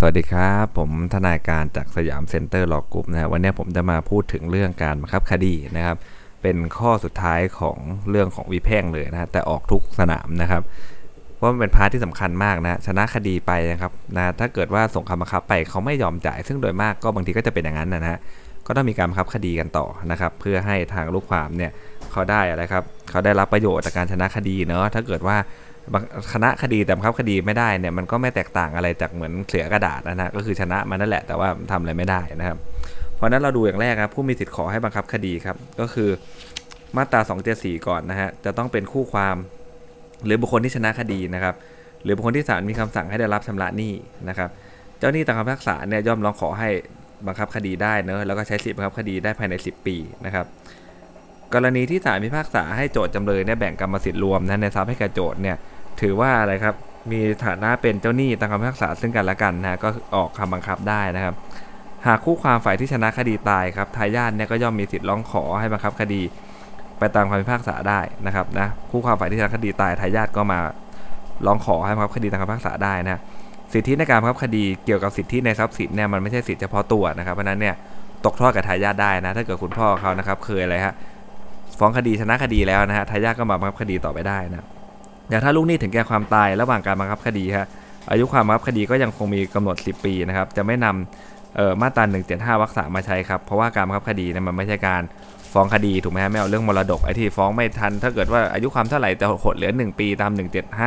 วัสดีครับผมทนายการจากสยามเซ็นเตอร์ลอกรุ๊ปนะวันนี้ผมจะมาพูดถึงเรื่องการบังคับคดีนะครับเป็นข้อสุดท้ายของเรื่องของวิแพ่งเลยนะแต่ออกทุกสนามนะครับเพราะมันเป็นพาร์ทที่สำคัญมากนะชนะคดีไปนะครับนะถ้าเกิดว่าส่งคำบังคับไปเขาไม่ยอมจ่ายซึ่งโดยมากก็บางทีก็จะเป็นอย่างนั้นนะฮะก็ต้องมีการบังคับคดีกันต่อนะครับเพื่อให้ทางลูกความเนี่ยเขาได้อะไรครับเขาได้รับประโยชน์จากการชนะคดีเนาะถ้าเกิดว่าชนะคดีแต่บังคับคดีไม่ได้เนี่ยมันก็ไม่แตกต่างอะไรจากเหมือนเสือกระดาษนะก็คือชนะมันนั่นแหละแต่ว่าทำอะไรไม่ได้นะครับเพราะนั้นเราดูอย่างแรกครับผู้มีสิทธิ์ขอให้บังคับคดีครับก็คือมาตรา274ก่อนนะฮะจะต้องเป็นคู่ความหรือบุคคลที่ชนะคดีนะครับหรือบุคคลที่ศาลมีคำสั่งให้ได้รับชำระหนี้นะครับเจ้าหนี้ตามคำพิพากษาเนี่ยย่อมร้องขอให้บังคับคดีได้เนอะแล้วก็ใช้สิทธิบังคับคดีได้ภายใน10 ปีนะครับกรณีที่ศาลพิพากษาให้โจทย์จำเลยเนี่ยแบ่งกรรมสิทธิ์รวมนะในทรัพย์ให้แก่โจทย์เนี่ยถือว่าอะไรครับมีฐานะเป็นเจ้าหนี้ตามคำพิพากษาซึ่งกันและกันนะก็ออกคำบังคับได้นะครับหากคู่ความฝ่ายที่ชนะคดีตายครับทายาทเนี่ยก็ย่อมมีสิทธิ์ร้องขอให้บังคับคดีไปตามคำพิพากษาได้นะครับนะคู่ความฝ่ายที่ชนะคดีตายทายาทก็มาร้องขอให้บังคับคดีตามคำพิพากษาได้นะสิทธิในการบังคับคดีเกี่ยวกับสิทธิในทรัพย์สินเนี่ยมันไม่ใช่สิทธิเฉพาะตัวนะครับเพราะนั้นเนี่ยตกทอดกับทายาทได้นะถ้าเกิดคุณพ่อเขานะครับเคยอะไรฮะฟ้องคดีชนะคดีแล้วนะฮะทายาทก็มาบังคับคดีต่อไปได้นะอย่างถ้าลูกหนี้ถึงแก่ความตายระหว่างการบังคับคดีฮะอายุความบังคับคดีก็ยังคงมีกำหนด10 ปีนะครับจะไม่นำมาตรา175 วรรค 3มาใช้ครับเพราะว่าการบังคับคดีเนี่ยมันไม่ใช่การฟ้องคดีถูกไหมฮะไม่เอาเรื่องมรดกไอ้ที่ฟ้องไม่ทันถ้าเกิดว่าอายุความเท่าไหร่จะหดเหลือ1 ปีตาม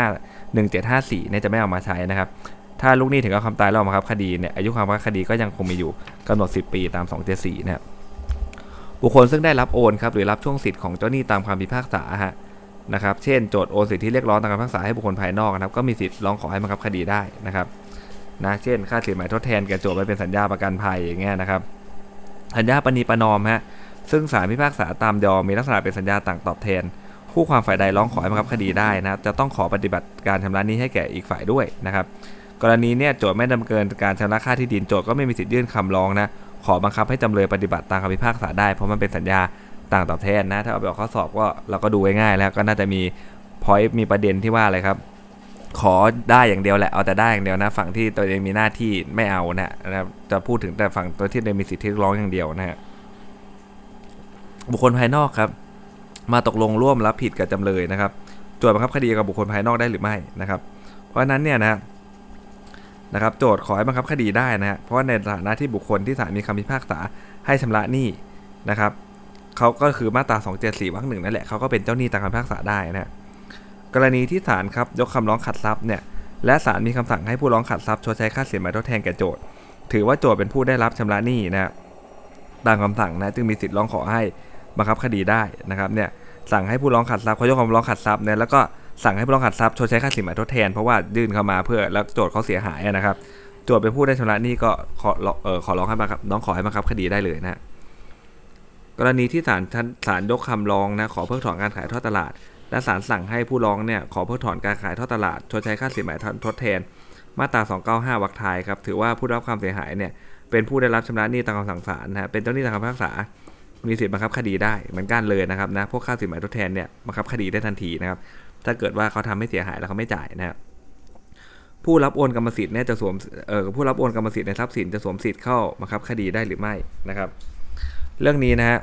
1754เนี่ยจะไม่เอามาใช้นะครับถ้าลูกหนี้ถึงกับความตายแล้วบังคับคดีเนี่ยอายุความบังคับคดีก็ยังคงมีอยู่กำหนด10 ปีตาม274นะครับบุคคลซึ่งได้รับโอนครับหรือรับช่วงสิทธิ์ของเจ้าหนี้ตามคำพิพากษาฮะนะครับเช่นโจทย์โอนสิทธิเรียกร้องตามคำพิพากษาให้บุคคลภายนอกนะครับก็มีสิทธิ์ร้องขอให้บังคับคดีได้นะครับนะเช่นค่าสินไหมทดแทนแก่โจทย์ไว้เป็นสัญญาประกันภัยอย่างเงี้ยนะครับสัญญาปณีประนอมฮะซึ่งศาลพิพากษาตามยอมมีลักษณะเป็นสัญญาต่างตอบแทนคู่ความฝ่ายใดร้องขอให้บังคับคดีได้นะจะต้องขอปฏิบัติการชำระหนี้ให้แก่อีกฝ่ายด้วยนะครับกรณีเนี่ยโจทย์ไม่ดำเนินการชำระค่าที่ดินโจทย์ก็ไม่มีสิทธิ์ยื่นคำร้องนะขอบังคับให้จำเลยปฏิบัติตามคำพิพากษาได้เพราะมันเป็นสัญญาต่างตอบแทนนะถ้าเอาไปออกข้อสอบก็เราก็ดูง่ายๆแล้วก็น่าจะมีพอยต์มีประเด็นที่ว่าอะไรครับขอได้อย่างเดียวแหละเอาแต่ได้อย่างเดียวนะฝั่งที่ตัวเองมีหน้าที่ไม่เอานะครับจะพูดถึงแต่ฝั่งตัวที่มีสิทธิร้องอย่างเดียวนะฮะบุคคลภายนอกครับมาตกลงร่วมรับผิดกับจำเลยนะครับโจทย์บังคับคดีกับบุคคลภายนอกได้หรือไม่นะครับเพราะฉะนั้นเนี่ยนะครับโจทย์ขอให้บังคับคดีได้นะฮะเพราะว่าในฐานะที่บุคคลที่ศาลมีคำพิพากษาให้ชำระหนี้นะครับเขาก็คือมาตรา274 วรรค 1นั่นแหละเขาก็เป็นเจ้าหนี้ตามคำพิพากษาได้นะกรณีที่ศาลครับยกคำร้องขัดทรัพย์เนี่ยและศาลมีคำสั่งให้ผู้ร้องขัดทรัพย์ชดใช้ค่าสินไหมทดแทนแก่โจทก์ถือว่าโจทก์เป็นผู้ได้รับชำระหนี้นะตามคำสั่งนะจึงมีสิทธิ์ร้องขอให้บังคับคดีได้นะครับเนี่ยสั่งให้ผู้ร้องขัดทรัพย์เขายกคำร้องขัดทรัพย์เนี่ยแล้วก็สั่งให้ผู้ร้องขัดทรัพย์ชดใช้ค่าสินไหมทดแทนเพราะว่ายื่นเข้ามาเพื่อแล้วโจทก์เขาเสียหายนะครับโจทก์เป็นผู้ได้ชำระหนี้ก็ขอร้องให้บังคับน้องขอให้บังคับคดีได้เลยนะกรณีที่ศาลยกคำร้องนะขอเพิกถอนการขายทอดตลาดและศาลสั่งให้ผู้ร้องเนี่ยขอเพิกถอนการขายทอดตลาดชดใช้ค่าสินไหมทดแทนมาตรา295 วรรคท้ายครับถือว่าผู้รับความเสียหายเนี่ยเป็นผู้ได้รับชำระหนี้ตามคำสั่งศาลนะเป็นเจ้าหนี้ตามคำพิพากษามีสิทธิ์บังคับคดีได้เหมือนกันเลยนะครับนะพวกค่าสินไหมทดแทนเนี่ยบังคับคดีได้ทันทีนะครับถ้าเกิดว่าเขาทำให้เสียหายแล้วเขาไม่จ่ายนะครับผู้รับโอนกรรมสิทธิ์เนี่ยจะสวมผู้รับโอนกรรมสิทธิ์ในทรัพย์สินจะสวมสิทธิ์เข้าบังคับคดีได้หรือไม่นะครับเรื่องนี้นะฮะ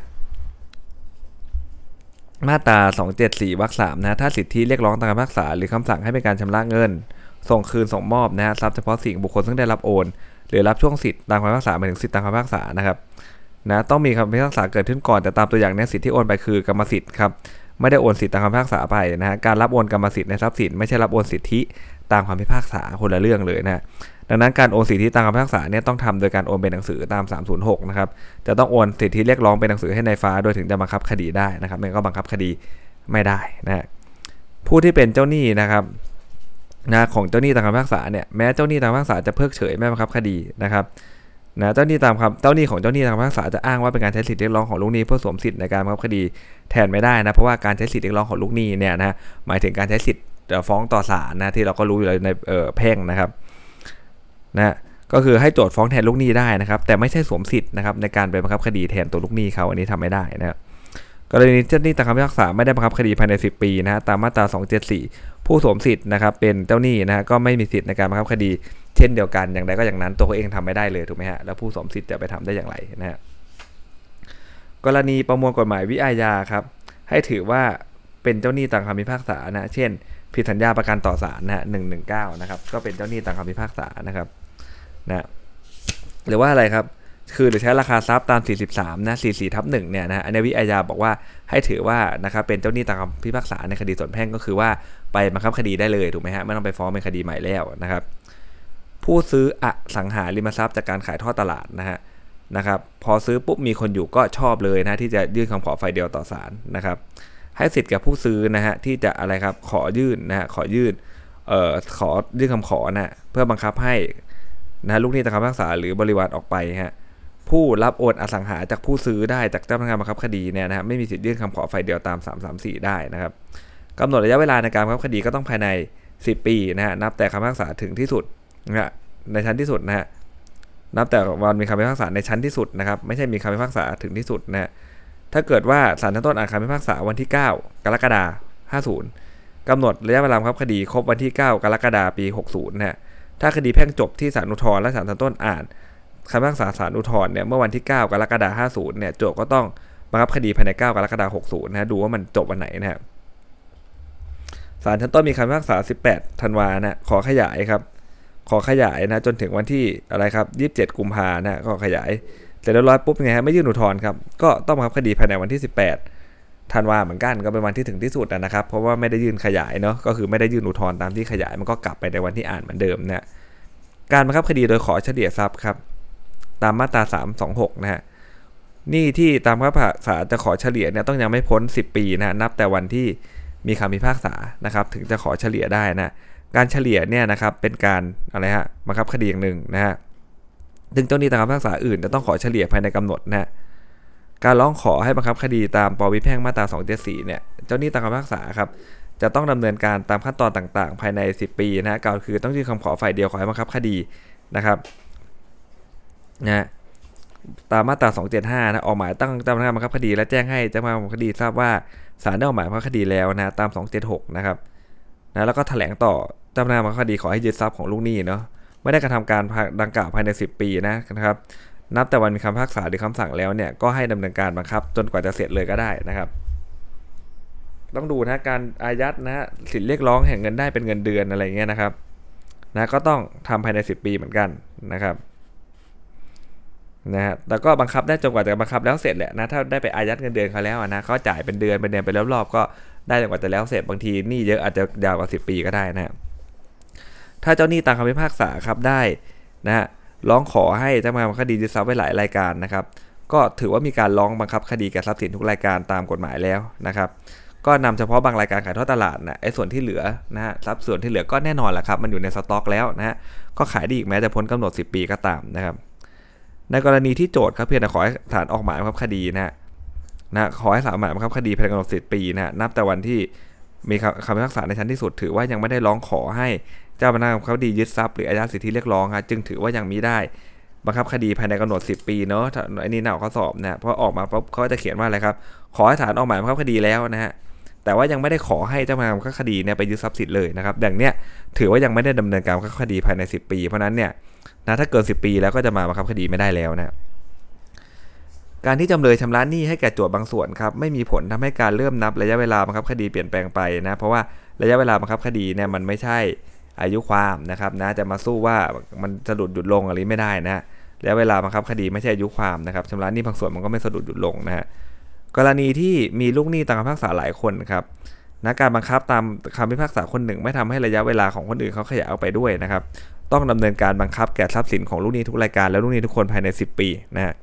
มาตรา274 วรรค 3นะถ้าสิทธิเรียกร้องตามคำพิพากษาหรือคำสั่งให้เป็นการชำระเงินส่งคืนส่งมอบนะฮะทรัพย์เฉพาะสิ่งบุคคลซึ่งได้รับโอนหรือรับช่วงสิทธิ์ตามคำพิพากษาหมายถึงสิทธิตามคำพิพากษานะครับนะต้องมีคำพิพากษาเกิดขึ้นก่อนแต่ตามตัวอย่างนี้สิทธิที่โอนไปคือกรรมสิทธิ์ครับไม่ได้โอนสิทธิตามคำพิพากษาไปนะฮะการรับโอนกรรมสิทธิ์ในทรัพย์สินไม่ใช่รับโอนสิทธิตามคำพิพากษาคนละเรื่องเลยนะดังนั้นการโอนสิทธิตามคำพิพากษาเนี่ยต้องทำโดยการโอนเป็นหนังสือตาม306นะครับจะต้องโอนสิทธิเรียกร้องเป็นหนังสือให้นายฟ้าโดยถึงจะบังคับคดีได้นะครับมันก็บังคับคดีไม่ได้นะผู้ที่เป็นเจ้าหนี้นะครับนะของเจ้าหนี้ตามคำพิพากษาเนี่ยแม้เจ้าหนี้ตามคำพิพากษาจะเพิกเฉยไม่บังคับคดีนะครับนะเจ้าหนี้ของเจ้าหนี้ตามคำพิพากษาจะอ้างว่าเป็นการใช้สิทธิเรียกร้องของลูกหนี้เพื่อสวมสิทธิในการบังคับคดีแทนไม่ได้นะเพราะว่าการใช้สิทธิเรียกร้องของลูกหนี้เนี่ยนะหมายถึงการใช้สิทธิฟ้องต่อศาลนะที่เราก็รู้อยู่ในแพ่งนะครับนะก็คือให้โจทก์ฟ้องแทนลูกหนี้ได้นะครับแต่ไม่ใช่สวมสิทธิ์นะครับในการไปบังคับคดีแทนตัวลูกหนี้เขาอันนี้ทำไม่ได้นะครับกรณีเจ้าหนี้ตามคำพิพากษาไม่ได้บังคับคดีภายใน10 ปีนะตามมาตรา274ผู้สวมสิทธิ์นะครับเป็นเจ้าหนี้นะก็ไม่มีสิทธิ์ในการบังคับคดีเช่นเดียวกันอย่างใดก็อย่างนั้นตัวเขาเองทำไม่ได้เลยถูกไหมฮะแล้วผู้สมสิทธิ์จะไปทำได้อย่างไรนะฮะกรณีประมวลกฎหมายวิอาญาครับให้ถือว่าเป็นเจ้าหนี้ตามคำพิพากษานะเช่นผิดสัญญาประกันต่อศาลนะ119นะครับก็เป็นเจ้าหนี้ตามคำพิพากษานะครับนะหรือว่าอะไรครับคือหรือใช้ราคาทรัพย์ตาม43นะ44/1เนี่ยนะอันนี้วิอาญาบอกว่าให้ถือว่านะครับเป็นเจ้าหนี้ตามคำพิพากษาในคดีส่วนแพ่งก็คือว่าไปบังคับคดีได้เลยถูกไหมฮะไม่ต้องไปฟ้องเป็นคดีใหม่แล้วนะครับผู้ซื้ออสังหาริมทรัพย์จากการขายทอดตลาดนะครับพอซื้อปุ๊บมีคนอยู่ก็ชอบเลยนะที่จะยื่นคำขอฝ่ายเดียวต่อศาลนะครับให้สิทธิ์กับผู้ซื้อนะฮะที่จะอะไรครับขอยื่นนะฮะขอยื่นคำขอนะเพื่อบังคับให้นะลูกหนี้ตามคำพิพากษาหรือบริวารออกไปฮะผู้รับโอนอสังหาจากผู้ซื้อได้จากเจ้าพนักงานบังคับคดีเนี่ยนะฮะไม่มีสิทธิ์ยื่นคำขอฝ่ายเดียวตาม334ได้นะครับกำหนดระยะเวลาในการบังคับคดีก็ต้องภายใน10 ปีนะฮะนับแต่คำพิพากษาถึงที่สุดนะในชั้นที่สุดนะฮะนับแต่วันมีคำพิพากษาในชั้นที่สุดนะครับไม่ใช่มีคำพิพากษาถึงที่สุดนะฮะถ้าเกิดว่าศาลชั้นต้นอ่านคำพิพากษาวันที่9 กรกฎาคม 50กำหนดระยะเวลาบังคับคดีครบวันที่9 กรกฎาคม ปี 60นะฮะถ้าคดีแพ่งจบที่ศาลอุทธรณ์และศาลชั้นต้นอ่านคำพิพากษาศาลอุทธรณ์เนี่ยเมื่อวันที่9 กรกฎาคม 50เนี่ยโจทก์ก็ต้องบังคับคดีภายใน9 กรกฎาคม 60นะฮะดูว่ามันจบวันไหนนะฮะศาลชั้นต้นมีคำพิพากษา18 ธันวาคมนะขอขยายครับขอขยายนะจนถึงวันที่อะไรครับ27 กุมภาพันธ์นะก็ขยายเสร็จเรียบร้อยปุ๊บไงฮะไม่ยื่นอุทธรณ์ครับก็ต้องบังคับคดีภายในวันที่18 ธันวาเหมือนกันก็เป็นวันที่ถึงที่สุดนะครับเพราะว่าไม่ได้ยื่นขยายเนาะก็คือไม่ได้ยื่นอุทธรณ์ตามที่ขยายมันก็กลับไปในวันที่อ่านเหมือนเดิมนะการบังคับคดีโดยขอเฉลี่ยทรัพย์ครับตามมาตรา326นะฮะนี่ที่ตามคำพิพากษาจะขอเฉลี่ยเนี่ยต้องยังไม่พ้น10 ปีนะนับแต่วันที่มีคำพิพากษานะครับถึงจะขอเฉลี่ยได้นะการเฉลี่ยเนี่ยนะครับเป็นการอะไรฮะบังคับคดีอย่างหนึ่งนะฮะซึ่งเจ้าหนี้ตามคำพิพากษาอื่นจะต้องขอเฉลี่ยภายในกำหนดนะการร้องขอให้บังคับคดีตามปวิแพ่งมาตรา274เนี่ยเจ้าหนี้ตามคำพิพากษาครับจะต้องดำเนินการตามขั้นตอนต่างๆภายใน10 ปีนะก็คือต้องยื่นคำขอฝ่ายเดียวขอให้บังคับคดีนะครับนะตามมาตรา275นะออกหมายตั้งเจ้าพนักงานบังคับคดีและแจ้งให้เจ้าพนักงานบังคับคดีทราบว่าศาลได้ออกหมายบังคับคดีแล้วนะตาม276นะครับนะแล้วก็แถลงต่อเจ้าพนักงานบังคับคดีขอให้ยึดทรัพย์ของลูกหนี้เนาะไม่ได้กระทำการดังกล่าวภายใน10 ปีนะครับนับแต่วันมีคำพิพากษาหรือคำสั่งแล้วเนี่ยก็ให้ดำเนินการบังคับจนกว่าจะเสร็จเลยก็ได้นะครับต้องดูนะการอายัดนะสิทธิเรียกร้องแห่งเงินได้เป็นเงินเดือนอะไรเงี้ยนะครับนะก็ต้องทำภายใน10 ปีเหมือนกันนะครับนะฮะแต่ก็บังคับได้จนกว่าจะบังคับแล้วเสร็จแหละนะถ้าได้ไปอายัดเงินเดือนเขาแล้วนะเขาจ่ายเป็นเดือนไปรอบๆก็ได้จนกว่าจะแล้วเสร็จบางทีหนี้เยอะอาจจะยาวกว่า10 ปีก็ได้นะถ้าเจ้าหนี้ตามคำพิพากษาครับได้นะฮะร้องขอให้เจ้าพนักงานบังคับคดียึดทรัพย์ไว้หลายรายการนะครับก็ถือว่ามีการร้องบังคับคดีแก่ทรัพย์สินทุกรายการตามกฎหมายแล้วนะครับก็นำเฉพาะบางรายการขายทอดตลาดนะไอ้ส่วนที่เหลือนะฮะทรัพย์ส่วนที่เหลือก็แน่นอนแหละครับมันอยู่ในสต็อกแล้วนะฮะก็ขายได้อีกแม้จะพ้นกำหนด10 ปีก็ตามนะครับในกรณีที่โจทก์ครับเพียงแต่ขอให้ศาลออกหมายบังคับคดีนะขอให้ศาลออกหมายบังคับคดีภายในกำหนด10 ปีนะนับแต่วันที่มีคำพิพากษาในชั้นที่สุดถือว่ายังไม่ได้ร้องขอให้เจ้าพนักงานบังคับคดียึดทรัพย์หรืออายัดสิทธิเรียกร้องจึงถือว่ายังมิได้บังคับคดีภายในกำหนด10 ปีเนาะอันนี้หน้าข้อสอบนะเพราะออกมาปุ๊บเขาจะเขียนว่าอะไรครับขอให้ศาลออกหมายบังคับคดีแล้วนะฮะแต่ว่ายังไม่ได้ขอให้เจ้าพนักงานบังคับคดีเนี่ยไปยึดทรัพย์สินเลยนะครับอย่างเนี้ยถือว่ายังไม่ได้ดำเนินการบังคับคดีภายใน10 ปีเพราะนั้นเนี่ยนะถ้าเกิน10 ปีแล้วก็จะมาบังคับคดีไม่ได้แล้วนะการที่จำเลยชำระหนี้ให้แก่โจทก์บางส่วนครับไม่มีผลทำให้การเริ่มนับระยะเวลาบังคับคดีเปลี่ยนแปลงไปนะเพราะว่าระยะเวลาบังคับคดีเนี่ยมันไม่ใช่อายุความนะครับนะจะมาสู้ว่ามันสะดุดหยุดลงอะไรไม่ได้นะระยะเวลาบังคับคดีไม่ใช่อายุความนะครับชำระหนี้บางส่วนมันก็ไม่สะดุดหยุดลงนะฮะกรณีที่มีลูกหนี้ตามคำพิพากษาหลายคนครับนะการบังคับตามคำพิพากษาคนหนึ่งไม่ทำให้ระยะเวลาของคนอื่นเขาขยายออกไปด้วยนะครับต้องดำเนินการบังคับแก่ทรัพย์สินของลูกหนี้ทุกรายการและลูกหนี้ทุกคนภายใน10 ปีนะฮะ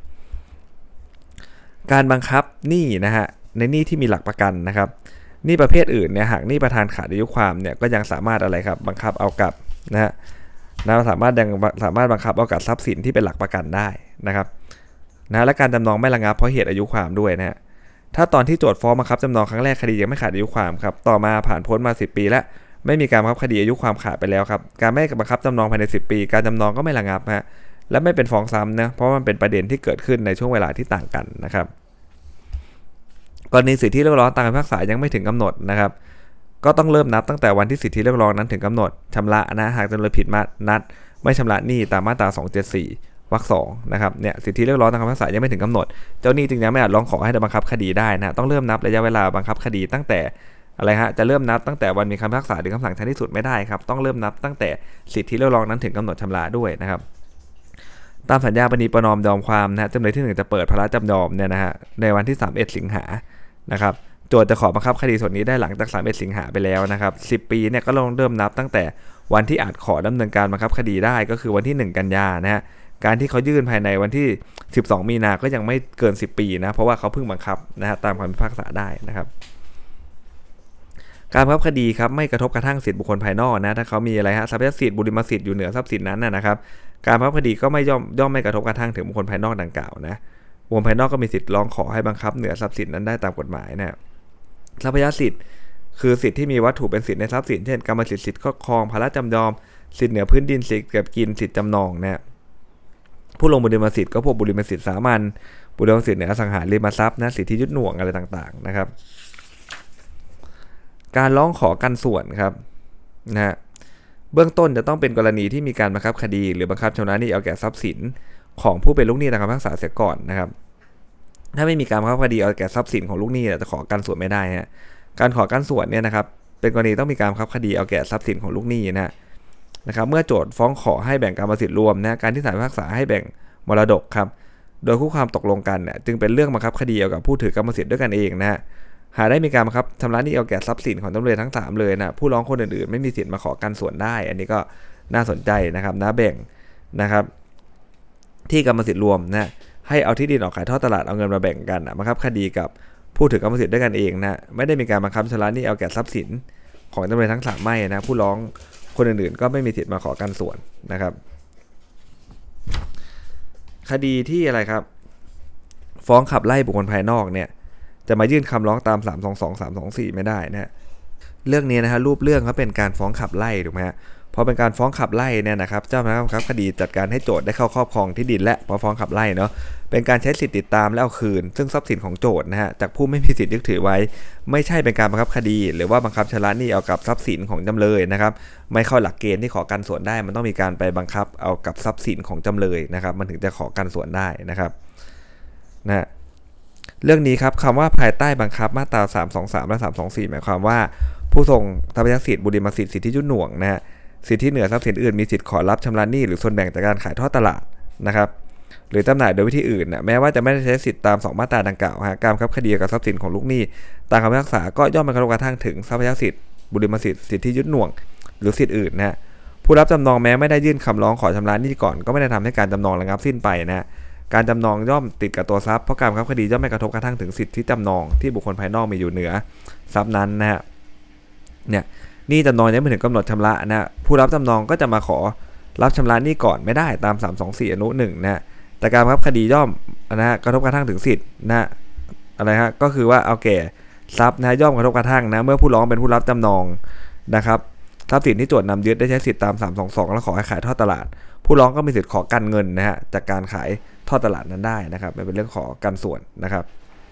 การบังคับหนี้นะฮะในหนี้ที่มีหลักประกันนะครับหนี้ประเภทอื่นเนี่ยหากหนี้ประธานขาดอายุความเนี่ยก็ยังสามารถอะไรครับบังคับเอากับนะฮะสามารถบังคับเอากับทรัพย์สินที่เป็นหลักประกันได้นะครับนะและการจำนองไม่ระงับเพราะเหตุอายุความด้วยนะฮะถ้าตอนที่โจทก์ฟ้องบังคับจำนองครั้งแรกคดียังไม่ขาดอายุความครับต่อมาผ่านพ้นมา10 ปีแล้วไม่มีการบังคับคดีอายุความขาดไปแล้วครับการไม่บังคับจำนองภายใน10 ปีการจำนองก็ไม่ระงับฮะและไม่เป็นฟ้องซ้ำนะเพราะมันเป็นประเด็นที่เกิดขึ้นในช่วงเวลาที่ต่างกันนะครับกรณีสิทธิเรียกร้องตามคำพิพากษายังไม่ถึงกำหนดนะครับก็ต้องเริ่มนับตั้งแต่วันที่สิทธิเรียกร้องนั้นถึงกำหนดชำระนะหากจำเลยผิดนัดไม่ชำระหนี้ตามมาตรา274วรรค2นะครับเนี่ยสิทธิเรียกร้องตามคำพิพากษายังไม่ถึงกำหนดเจ้าหนี้จึงยังไม่อาจร้องขอให้บังคับคดีได้นะต้องเริ่มนับระยะเวลาบังคับคดีตั้งแต่อะไรฮะจะเริ่มนับตั้งแต่วันมีคำพิพากษาหรือคำสั่งชั้นที่สุดไม่ได้ครับต้องเริ่มนับตั้งแต่สิทธิเรียกร้องนั้นถึงกำหนดชำระด้วยนะครับตามสัญญาปณีประนอมยอมความนะจำเลยที่1จะเปิดภาระจำยอมเนี่ยนะฮะในวันที่31สิงหานะครับโจทก์จะขอบังคับคดีส่วนนี้ได้หลังจาก31สิงหาไปแล้วนะครับ10ปีเนี่ยก็ลงเริ่มนับตั้งแต่วันที่อาจขอดำเนินการบังคับคดีได้ก็คือวันที่1กันยายนนะฮะการที่เขายื่นภายในวันที่12มีนาก็ยังไม่เกิน10ปีนะเพราะว่าเขาเพิ่งบังคับนะฮะตามคำพิพากษาได้นะครับการบังคับคดีครับไม่กระทบกระทั่งสิทธิบุคคลภายนอกนะถ้าเขามีอะไรฮะทรัพยสิทธิ์บุริมสิทธิ์อยู่เหนือทรัพย์สินนั้นนะครับการบังคับคดีก็ไม่ย่อมไม่กระทบกระทั่งถึงบุคคลภายนอกดังกล่าวนะบุคคลภายนอกก็มีสิทธิ์ร้องขอให้บังคับเหนือทรัพย์สินนั้นได้ตามกฎหมายนะทรัพยสิทธิ์คือสิทธิ์ที่มีวัตถุเป็นสิทธิ์ในทรัพย์สินเช่นกรรมสิทธิ์สิทธิ์ครอบครองภาระจำยอมสิทธิ์เหนือพื้นดินสิทธิ์เก็บกินสิทธิ์จำนองนะผู้ลงบุริมสิทธิ์ก็พวกบุริมสิทธิ์สามัญบุริมสิทธิ์เหนืออสังหาริมทรัพย์นะสิทธิยึดหน่วงอะไรต่างๆนะครับการร้องขอกันส่วนครับนะฮะเบื้องต้นจะต้องเป็นกรณีที่มีการบังคับคดีหรือบังคับชำระหนี้เอาแก่ทรัพย์สินของผู้เป็นลูกหนี้ตามคำพิพากษาเสียก่อนนะครับถ้าไม่มีการบังคับคดีเอาแก่ทรัพย์สินของลูกหนี้จะขอกันส่วนไม่ได้ฮะการขอกันส่วนเนี่ยนะครับเป็นกรณีต้องมีการบังคับคดีเอาแก่ทรัพย์สินของลูกหนี้นะครับเมื่อโจทก์ฟ้องขอให้แบ่งกรรมสิทธิ์รวมนะการที่ศาลพิพากษาให้แบ่งมรดกครับโดยคู่ความตกลงกันเนี่ยจึงเป็นเรื่องบังคับคดีเอากับผู้ถือกรรมสิทธิ์ด้วยกันเองนะฮะหากได้มีการบังคับชำระหนี้เอาแก่ทรัพย์สินของจำเลยทั้ง3เลยนะผู้ร้องคนอื่นๆไม่มีสิทธิ์มาขอกันส่วนได้อันนี้ก็น่าสนใจนะครับนะแบ่งนะครับที่กรรมสิทธิ์รวมนะให้เอาที่ดินออกขายทอดตลาดเอาเงินมาแบ่งกันบังคับคดีกับผู้ถือกรรมสิทธิ์ด้วยกันเองนะไม่ได้มีการบังคับชำระหนี้เอาแก่ทรัพย์สินของจำเลยทั้ง3ไม่นะผู้ร้องคนอื่นๆก็ไม่มีสิทธิ์มาขอกันส่วนนะครับคดีที่อะไรครับฟ้องขับไล่บุคคลภายนอกเนี่ยจะมายื่นคำร้องตาม322 324ไม่ได้นะเรื่องนี้นะฮะรูปเรื่องเขาเป็นการฟ้องขับไล่ถูกไหมฮะพอเป็นการฟ้องขับไล่เนี่ยนะครับเจ้าพนักงานบังคับคดีจัดการให้โจทก์ได้เข้าครอบครองที่ดินและพอฟ้องขับไล่เนาะเป็นการใช้สิทธิติดตามและเอาคืนซึ่งทรัพย์สินของโจทก์นะฮะจากผู้ไม่มีสิทธิ์ยึดถือไว้ไม่ใช่เป็นการบังคับคดีหรือว่าบังคับชำระหนี้เอากับทรัพย์สินของจำเลยนะครับไม่เข้าหลักเกณฑ์ที่ขอกันส่วนได้มันต้องมีการไปบังคับเอากับทรัพย์สินของจำเลยนะครับมันถึงจะขอกันส่วนได้นะครับนะเรื่องนี้ครับคำว่าภายใต้บังคับมาตรา323และ324หมายความว่าผู้ทรงทรัพยสิทธิ์บุริมสิทธิ์สิทธิยึดหน่วงนะฮะสิทธิเหนือทรัพย์สินอื่นมีสิทธิ์ขอรับชำระหนี้หรือส่วนแบ่งจากการขายทอดตลาดนะครับหรือจำหน่ายโดยวิธีอื่นนะแม้ว่าจะไม่ได้ใช้สิทธิ์ตาม2มาตราดังกล่าวการบังคับคดีกับทรัพย์สินของลูกหนี้ตามคำพิพากษาก็ย่อมเป็นกระทั่งถึงทรัพยสิทธิ์บุริมสิทธิ์สิทธิยึดหน่วงหรือสิทธิอื่นนะผู้รับจำนองแม้ไม่ได้ยื่นคำร้องขอชำระหนี้ก่อนก็ไม่ได้ทำให้การจำนองระงับสิ้นไปนะการจำนองย่อมติดกับตัวทรัพย์เพราะการบังคับคดีย่อมไม่กระทบกระทั่งถึงสิทธิจำนองที่บุคคลภายนอกมีอยู่เหนือทรัพย์นั้นนะฮะเนี่ยหนี้จำนองยังไม่ถึงกำหนดชำระนะผู้รับจำนองก็จะมาขอรับชำระหนี้ก่อนไม่ได้ตาม324อนุ1นะแต่การบังคับคดีย่อมนะกระทบกระทั่งถึงสิทธินะอะไรฮะก็คือว่าเอาแก่ทรัพย์นะย่อมกระทบกระทั่งนะเมื่อผู้ร้องเป็นผู้รับจำนองนะครับทรัพย์สินที่โจทก์นำยึดได้ใช้สิทธิตาม322แล้วขอให้ขายทอดตลาดผู้ร้องก็มีสิทธิ์ขอกันเงินนะฮะจากการขายทอดตลาดนั้นได้นะครับเป็นเรื่องขอกันส่วนนะครับ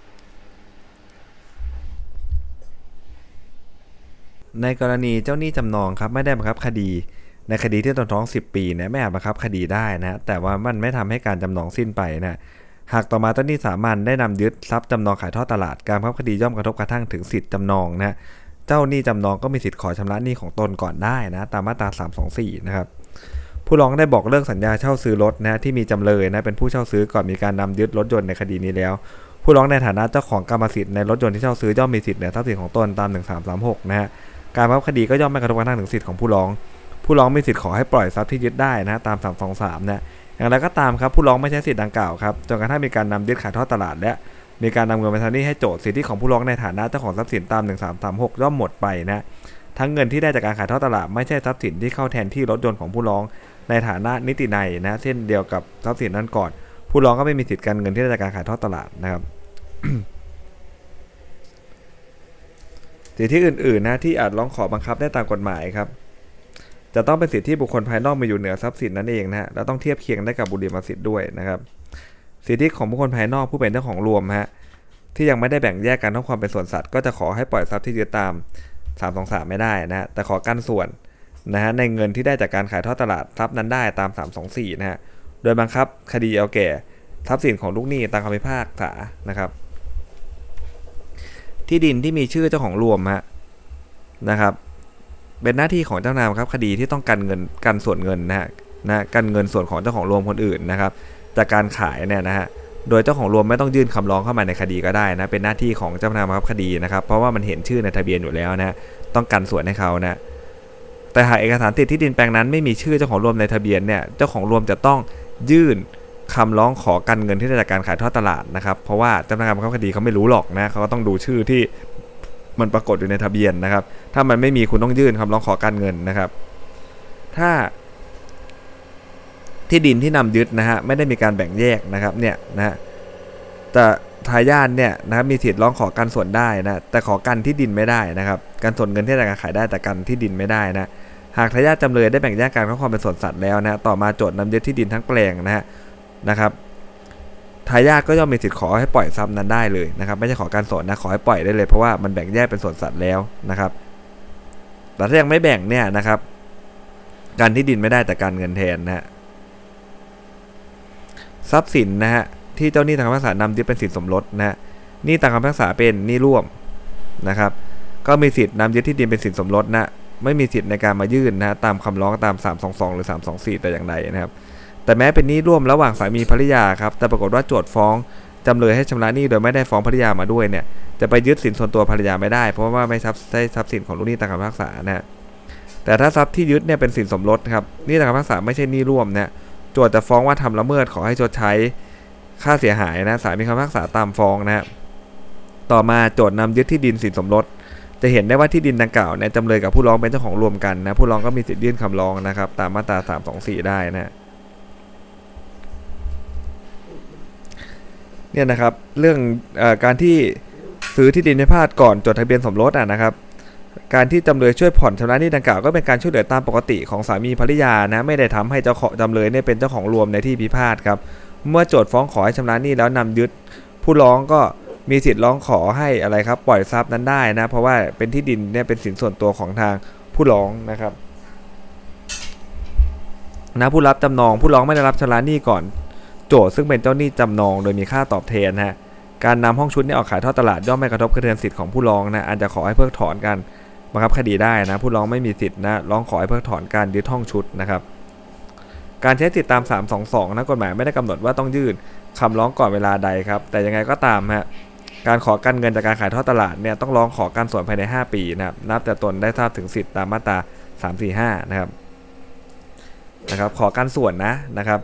ในกรณีเจ้าหนี้จำนองครับไม่ได้บังคับคดีในคดีที่ต้องท้อง10ปีนะไม่อาจบังคับคดีได้นะแต่ว่ามันไม่ทำให้การจำนองสิ้นไปนะหากต่อมาเจ้าหนี้สามัญได้นำยึดทรัพย์จำนองขายทอดตลาดการบังคับคดีย่อมกระทบกระทั่งถึงสิทธิจำนองนะเจ้าหนี้จำนองก็มีสิทธิ์ขอชำระหนี้ของตนก่อนได้นะตามมาตรา324นะครับผู้ร้องได้บอกเลิกสัญญาเช่าซื้อรถนะที่มีจำเลยนะเป็นผู้เช่าซื้อก่อนมีการนำยึดรถยนต์ในคดีนี้แล้วผู้ร้องในฐานะเจ้าของกรรมสิทธิ์ในรถยนต์ที่เช่าซื้อย่อมมีสิทธิ์เหนือทรัพย์สินของตนตาม1336นะฮะการบังคับคดีก็ย่อมไม่กระทบกระทั่งถึงสิทธิ์ของผู้ร้องมีสิทธิ์ขอให้ปล่อยทรัพย์ที่ยึดได้นะตาม323นะอย่างไรก็ตามครับผู้ร้องไม่ใช้สิทธิ์ดังกล่าวครับจนกระทั่งมีการนำยึดขายทอดตลาดและมีการนำเงินไปทำหนี้ให้โจทก์สิทธิของผู้ร้องในฐานะเจ้าของทรัพย์สินตาม1336ย่อมหมดไปนะทั้งเงินที่ได้จากการขายทอดตลาดไม่ใช่ทรัพย์สินที่เข้าแทนที่รถยนต์ของผู้ร้องในฐานะนิตินัยนะเช่นเดียวกับทรัพย์สินนั้นก่อนผู้ร้องก็ไม่มีสิทธิ์การเงินที่ได้จากการขายทอดตลาดนะครับ สิทธิอื่นๆนะที่อาจร้องขอบังคับได้ตามกฎหมายครับจะต้องเป็นสิทธิที่บุคคลภายนอกมีอยู่เหนือทรัพย์สินนั่นเองนะและต้องเทียบเคียงได้กับบุริมสิทธิ์ด้วยนะครับสิทธิของบุคคลภายนอกผู้เป็นเจ้าของรวมฮะที่ยังไม่ได้แบ่งแยกกันทั้งความเป็นส่วนสัตว์ก็จะขอให้ปล่อยทรัพย์ที่ยึดตาม323ไม่ได้นะแต่ขอกันส่วนนะฮะในเงินที่ได้จากการขายทอดตลาดทรัพย์นั้นได้ตาม324นะฮะโดยบังคับคดีเอาแก่ทรัพย์สินของลูกหนี้ตามคำพิพากษานะครับที่ดินที่มีชื่อเจ้าของรวมนะครับเป็นหน้าที่ของเจ้านายบังคับคดีที่ต้องกันส่วนเงินนะกันเงินส่วนของเจ้าของรวมคนอื่นนะครับจากการขายเนี่ยนะฮะโดยเจ้าของรวมไม่ต้องยื่นคำร้องเข้ามาในคดีก็ได้นะเป็นหน้าที่ของเจ้านายบังคับคดีนะครับเพราะว่ามันเห็นชื่อในทะเบียนอยู่แล้วนะต้องกันส่วนให้เขานะแต่หากเอกสารสิทธิที่ดินแปลงนั้นไม่มีชื่อเจ้าของรวมในทะเบียนเนี่ยเจ้าของรวมจะต้องยื่นคำร้องขอกันเงินที่ได้จากการขายทอดตลาดนะครับเพราะว่าเจ้าพนักงานบังคับคดีเขาไม่รู้หรอกนะเขาก็ต้องดูชื่อที่มันปรากฏอยู่ในทะเบียนนะครับถ้ามันไม่มีคุณต้องยื่นคำร้องขอการเงินนะครับถ้าที่ดินที่นำยึดนะฮะไม่ได้มีการแบ่งแยกนะครับเนี่ยนะฮะแต่ทายาทเนี่ยนะครับมีสิทธิ์ร้องขอกันส่วนได้นะแต่ขอกันที่ดินไม่ได้นะครับการส่วนเงินที่ได้จากการขายได้แต่กันที่ดินไม่ได้นะหากทายาทจำเลยได้แบ่งแยกการครอบครองเป็นส่วนสัตว์แล้วนะต่อมาโจทย์นำยึดที่ดินทั้งแปลงนะครับทายาทก็ย่อมมีสิทธิ์ขอให้ปล่อยทรัพย์นั้นได้เลยนะครับไม่ใช่ขอการส่วนนะขอให้ปล่อยได้เลยเพราะว่ามันแบ่งแยกเป็นส่วนสัตว์แล้วนะครับแต่ถ้ายังไม่แบ่งเนี่ยนะครับการที่ดินไม่ได้แต่การเงินแทนนะฮะทรัพย์สินนะฮะที่เจ้าหนี้ตามคำพิพากษานำยึดเป็นสินสมรสนะฮะหนี้ตามคำพิพากษาเป็นหนี้ร่วมนะครับก็มีสิทธิ์นำยึดที่ดินเป็นสินสมรสนะไม่มีสิทธิ์ในการมายื่นนะตามคำร้องตาม322หรือ324แต่อย่างใดนะครับแต่แม้เป็นหนี้ร่วมระหว่างสามีภรรยาครับแต่ปรากฏว่าโจทก์ฟ้องจำเลยให้ชำระหนี้โดยไม่ได้ฟ้องภรรยามาด้วยเนี่ยจะไปยึดสินส่วนตัวภรรยาไม่ได้เพราะว่าไม่ใช่ทรัพย์สินของลูกหนี้ตามคำพิพากษานะแต่ถ้าทรัพย์ที่ยึดเนี่ยเป็นสินสมรสครับหนี้ตามคำพิพากษาไม่ใช่หนี้ร่วมนะโจทก์จะฟ้องว่าทำละเมิดขอให้ชดใช้ค่าเสียหายนะศาลมีคำพิพากษาตามฟ้องนะต่อมาโจทก์นำยึดที่ดินสินสมรสจะเห็นได้ว่าที่ดินดังกล่าวเนี่ยจำเลยกับผู้ร้องเป็นเจ้าของรวมกันนะผู้ร้องก็มีสิทธิ์ยื่นคำร้องนะครับตามมาตรา324ได้นะเนี่ยนะครับเรื่องการที่ซื้อที่ดินพิพาทก่อนจดทะเบียนสมรสนะครับการที่จำเลยช่วยผ่อนชำระหนี้ดังกล่าวก็เป็นการช่วยเหลือตามปกติของสามีภรรยานะไม่ได้ทำให้เจ้าของจำเลยเนี่ยเป็นเจ้าของรวมในที่พิพาทครับเมื่อโจทก์ฟ้องขอให้ชำระหนี้แล้วนำยึดผู้ร้องก็มีสิทธิ์ร้องขอให้อะไรครับปล่อยทรัพย์นั้นได้นะเพราะว่าเป็นที่ดินเนี่ยเป็นสินส่วนตัวของทางผู้ร้องนะครับนะผู้รับจำนองผู้ร้องไม่ได้รับชำระหนี้ก่อนโจทก์ซึ่งเป็นเจ้าหนี้จำนองโดยมีค่าตอบแทนนะการนำห้องชุดนี้ออกขายทอดตลาดย่อมไม่กระทบกระเทือนสิทธิ์ของผู้ร้องนะอาจจะขอให้เพิกถอนการบังคับคดีได้นะผู้ร้องไม่มีสิทธิ์นะร้องขอให้เพิกถอนการยึดห้องชุดนะครับการใช้สิทธิตาม322นะกฎหมายไม่ได้กำหนดว่าต้องยื่นคำร้องก่อนเวลาใดครับแต่ยังไงก็ตามการขอกันเงินจากการขายทอดตลาดเนี่ยต้องร้องขอการส่วนภายใน5ปีนะครับนับแต่ตนได้ทราบถึงสิทธิตามมาตรา345นะครับขอการส่วนนะครับ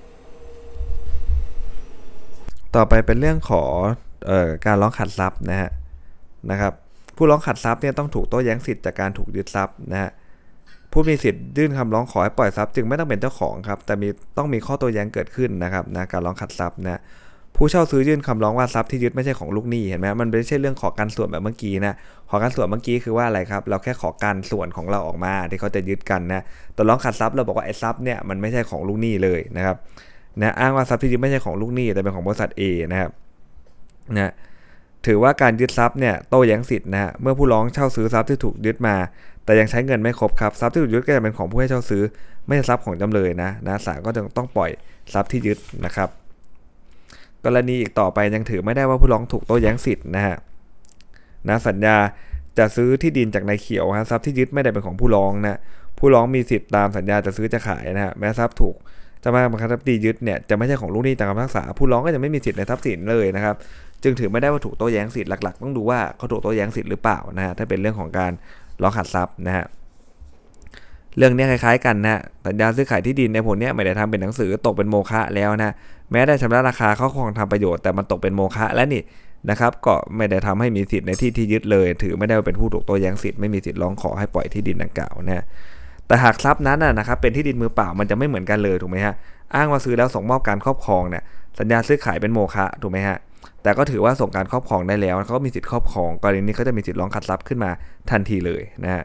ต่อไปเป็นเรื่องขอการร้องขัดทรัพย์นะครับผู้ร้องขัดทรัพย์เนี่ยต้องถูกโต้แย้งสิทธิ์จากการถูกยึดทรัพย์นะฮะผู้มีสิทธิ์ยื่นคำร้องขอให้ปล่อยทรัพย์จึงไม่ต้องเป็นเจ้าของครับแต่ต้องมีข้อโต้แย้งเกิดขึ้นนะครับนะการร้องขัดทรัพย์นะผู้เช่าซื้อยื่นคำร้องว่าทรัพย์ที่ยึดไม่ใช่ของลูกหนี้เห็นไหมมันไม่ใช่เรื่องขอการส่วนแบบเมื่อกี้นะขอการส่วนเมื่อกี้คือว่าอะไรครับเราแค่ขอการส่วนของเราออกมาที่เขาจะยึดกันนะแต่ร้องขัดทรัพย์เราบอกว่าไอ้ทรัพย์เนี่ยมันไม่ใช่ของลูกหนี้เลยนะครับนะอ้างว่าทรัพย์ที่ยึดไม่ใช่ของลูกหนี้แต่เป็นของบริษัท A นะครับนะถือว่าการยึดทรัพย์เนี่ยโต้แย้งสิทธิ์นะเมื่อผู้ร้องเช่าซื้อทรัพย์ที่ถูกยึดมาแต่ยังใช้เงินไม่ครบครับทรัพย์ที่ถูกยึดก็จะเป็นของผู้ให้เช่าซื้อไม่ใช่ทรัพย์ของจำเลยนะศาลก็จะต้องปล่อยทรัพย์ที่ยึดนะครับกรณีอีกต่อไปยังถือไม่ได้ว่าผู้ร้องถูกโต้แย้งสิทธิ์นะสัญญาจะซื้อที่ดินจากนายเขียวทรัพย์ที่ยึดไม่ได้เป็นของผู้ร้องนะผู้ร้องมีสิทธิ์ตามสัญญาจะซื้อจะขายแม้ทรัพย์ถูกเจ้าพนักงานบังคับคดียึดเนี่ยจะไม่ใช่ของลูกหนี้ตามคำพิพากษาผู้ร้องก็จะไม่มีสิทธิ์ในทรัพย์สินเลยนะครับจึงถือไม่ได้ว่าถูกโต้แย้งสิทธิ์หลักๆต้องดูว่าเขาถูกโต้แย้งสิทธิ์หรือเปล่าถ้าเป็นเรื่องของการร้องขัดทรัพย์เรื่องนี้คล้ายๆกันสัญญาซื้อขายที่ดินในผลนี้ไม่ได้ทำเป็นหนังสือตกเป็นโมฆะแล้วแม้ได้ชำระราคาเขาคงทำประโยชน์แต่มันตกเป็นโมฆะแล้วนี่นะครับก็ไม่ได้ทำให้มีสิทธิ์ในที่ยึดเลยถือไม่ได้เป็นผู้ถูกโต้แย้งสิทธิ์ไม่มีสิทธิ์ร้องขอให้ปล่อยที่ดินดังกล่าวแต่หากทรัพย์นั้นนะครับเป็นที่ดินมือเปล่ามันจะไม่เหมือนกันเลยถูกไหมอ้างว่าซื้อแล้วส่งมอบการครอบครองสัญญาซื้อขายเป็นโมฆะถูกไหมแต่ก็ถือว่าส่งการครอบครองได้แล้วเขาก็มีสิทธิ์ครอบครองกรณีนี้เขาจะมีสิทธิ์ร้องขัดทรัพย์ขึ้นมาทันทีเลย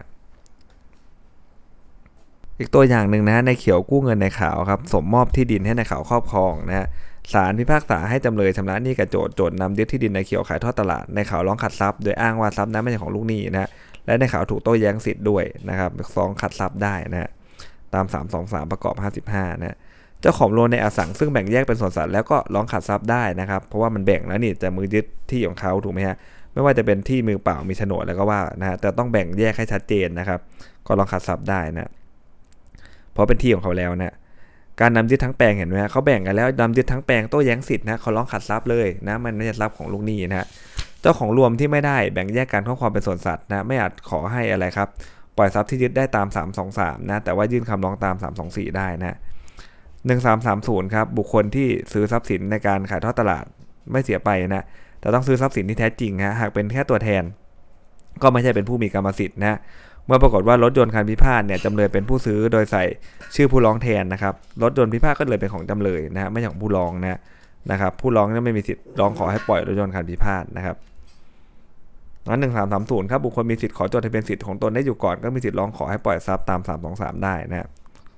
อีกตัวอย่างหนึ่งในเขียวกู้เงินในขาวครับสมมอบที่ดินให้ในขาวครอบครองศาลพิพากษาให้จำเลยชำระหนี้กับโจทก์นำยึดที่ดินในเขียวขายทอดตลาดในขาวร้องขัดทรัพย์โดยอ้างว่าทรัพย์นั้นไม่ใช่ของลูกหนี้และในข่าวถูกโต้แย้งสิทธิ์ด้วยนะครับฟ้องขัดทรัพย์ได้นะฮะตาม323ประกอบ55นะเจ้าของโรงในอสังซึ่งแบ่งแยกเป็นส่วนสัตว์แล้วก็ร้องขัดทรัพย์ได้นะครับเพราะว่ามันแบ่งแล้วนี่จะมือยึดที่ของเขาถูกไหมฮะไม่ว่าจะเป็นที่มือเปล่ามีโฉนดแล้วก็ว่านะฮะแต่ต้องแบ่งแยกให้ชัดเจนนะครับก็ร้องขัดทรัพย์ได้นะเพราะเป็นที่ของเขาแล้วนะการนำยึดทั้งแปลงเห็นไหมฮะเขาแบ่งกันแล้วนำยึดทั้งแปลงโต้แย้งสิทธิ์นะเขาร้องขัดทรัพย์เลยนะมันไม่ใช่ทรัพย์ของลูกหนี้นะฮะเจ้าของรวมที่ไม่ได้แบ่งแยกการครอบครองเป็นส่วนสัตว์นะไม่อาจขอให้อะไรครับปล่อยทรัพย์ที่ยึดได้ตาม323นะแต่ว่ายื่นคำร้องตาม324ได้นะ1330ครับบุคคลที่ซื้อทรัพย์สินในการขายทอดตลาดไม่เสียไปนะแต่ต้องซื้อทรัพย์สินที่แท้จริงฮะหากเป็นแค่ตัวแทนก็ไม่ใช่เป็นผู้มีกรรมสิทธิ์นะเมื่อปรากฏว่ารถยนต์คันพิพาทเนี่ยจำเลยเป็นผู้ซื้อโดยใส่ชื่อผู้ร้องแทนนะครับรถยนต์พิพาทก็เลยเป็นของจำเลยนะฮะไม่ใช่ของผู้ร้องนะครับผู้ร้องเนี่ยไม่มีสิทธิ์ร้องขอให้ปล่อยรถยนต์คันพิพาทนะครับนั้น1330ครับบุคคลมีสิทธิ์ขอจดทะเบียนสิทธิ์ของตนได้อยู่ก่อนก็มีสิทธิ์ร้องขอให้ปล่อยทรัพย์ตาม323ได้นะ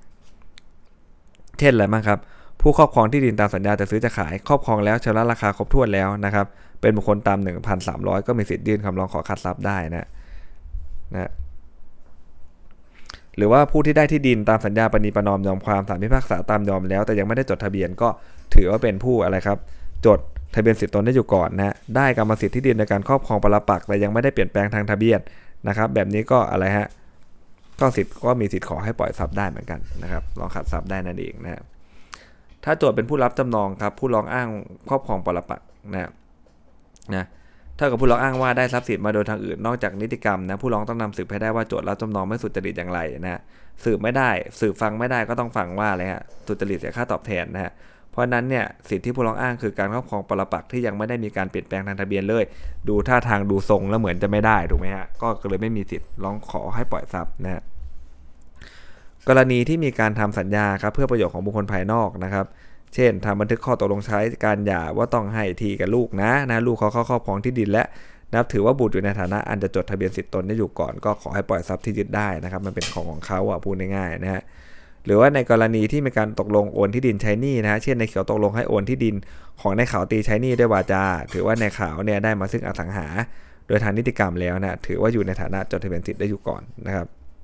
เช่นอะไรบ้างครับผู้ครอบครองที่ดินตามสัญญาจะซื้อจะขายครอบครองแล้วชำระราคาครบถ้วนแล้วนะครับเป็นบุคคลตาม 1,300 ก็มีสิทธิ์ยื่นคำร้องขอคัดทรัพย์ได้นะหรือว่าผู้ที่ได้ที่ดินตามสัญญาปณีประนอมยอมความศาลพิพากษาตามยอมแล้วแต่ยังไม่ได้จดทะเบียนก็ถือว่าเป็นผู้อะไรครับจดทะเบียนสิทธิ์ตนได้อยู่ก่อนนะได้กรรมสิทธิ์ที่ดินในการครอบครองปรปักษ์แต่ยังไม่ได้เปลี่ยนแปลงทางทะเบียนนะครับแบบนี้ก็อะไรฮะก็มีสิทธิ์ขอให้ปล่อยทรัพย์ได้เหมือนกันนะครับร้องขัดทรัพย์ได้นั่นเองนะถ้าโจทย์เป็นผู้รับจำนองครับผู้ร้องอ้างครอบครองปรปักษ์นะถ้ากับผู้ร้องอ้างว่าได้ทรัพย์สินมาโดยทางอื่นนอกจากนิติกรรมนะผู้ร้องต้องนำสืบให้ได้ว่าโจทย์รับจำนองไม่สุจริตอย่างไรนะสืบไม่ได้สืบฟังไม่ได้ก็ต้องฟังว่าอะไรฮะสุจริตเสียค่าตอบแทนนะฮะเพราะนั้นเนี่ยสิทธิที่ผู้ร้องอ้างคือการครอบครองปรปักษ์ที่ยังไม่ได้มีการเปลี่ยนแปลงทางทะเบียนเลยดูท่าทางดูทรงแล้วเหมือนจะไม่ได้ถูกไหมฮะก็เลยไม่มีสิทธิ์ร้องขอให้ปล่อยทรัพย์นะกรณีที่มีการทำสัญญาครับเพื่อประโยชน์ของบุคคลภายนอกนะครับเช่นทำบันทึกข้อตกลงใช้การหย่าว่าต้องให้ทีกับลูกนะลูกเขาครอบครองที่ดินและนับถือว่าบุตรอยู่ในฐานะอันจะจดทะเบียนสิทธิ์ตนได้อยู่ก่อนก็ขอให้ปล่อยทรัพย์ที่ยึดได้นะครับมันเป็นของเขาพูดง่ายๆนะฮะหรือว่าในกรณีที่มีการตกลงโอนที่ดินใช้หนี้นะฮะเช่นในเขียวตกลงให้โอนที่ดินของในขาวตีใช้หนี้ด้วยวาจาถือว่าในขาวเนี่ยได้มาซึ่งอสังหาโดยทางนิติกรรมแล้วนะถือว่าอยู่ในฐานะจดทะเบียนสิทธิ์ได้อยู่ก่อนนะครับ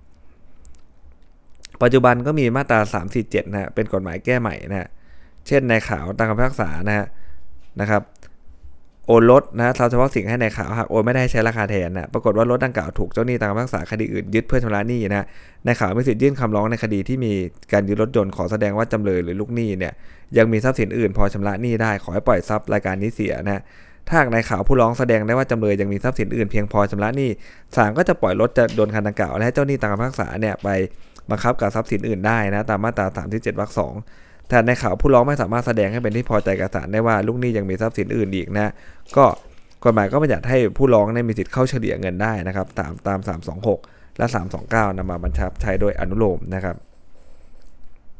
ปัจจุบันก็มีมาตรา347นะเป็นกฎหมายแก้ใหม่นะเช่นในขาวตามคำพิพากษานะครับโอนรถนะทรัพย์เฉพาะสิ่งให้ในขาวหากโอนไม่ได้ใช้ราคาแทนนะปรากฏว่ารถดังกล่าวถูกเจ้าหนี้ตามคำพิพากษาคดีอื่นยึดเพื่อชำระหนี้นะในขาวมีสิทธิ์ยื่นคำร้องในคดีที่มีการยึดรถยนต์ขอแสดงว่าจำเลยหรือลูกหนี้เนี่ยยังมีทรัพย์สินอื่นพอชำระหนี้ได้ขอให้ปล่อยทรัพย์รายการนี้เสียนะถ้าในข่าวผู้ร้องแสดงได้ว่าจำเลยยังมีทรัพย์สินอื่นเพียงพอชำระหนี้ศาลก็จะปล่อยรถจะโดนคันดังกล่าวและให้เจ้าหนี้ตามคำพิพากษาเนี่ยไปบังคับกับทรัพย์สินอื่นได้นะตามมาตรา37วรรค 2แต่ในข่าวผู้ร้องไม่สามารถแสดงให้เป็นที่พอใจกับศาลได้ว่าลูกหนี้ยังมีทรัพย์สินอื่นอีกนะก็กฎหมายก็บัญญัติให้ผู้ร้องมีสิทธิ์เข้าเฉลี่ยเงินได้นะครับตาม326และ329นำมาบัญญัติใช้โดยอนุโลมนะครับ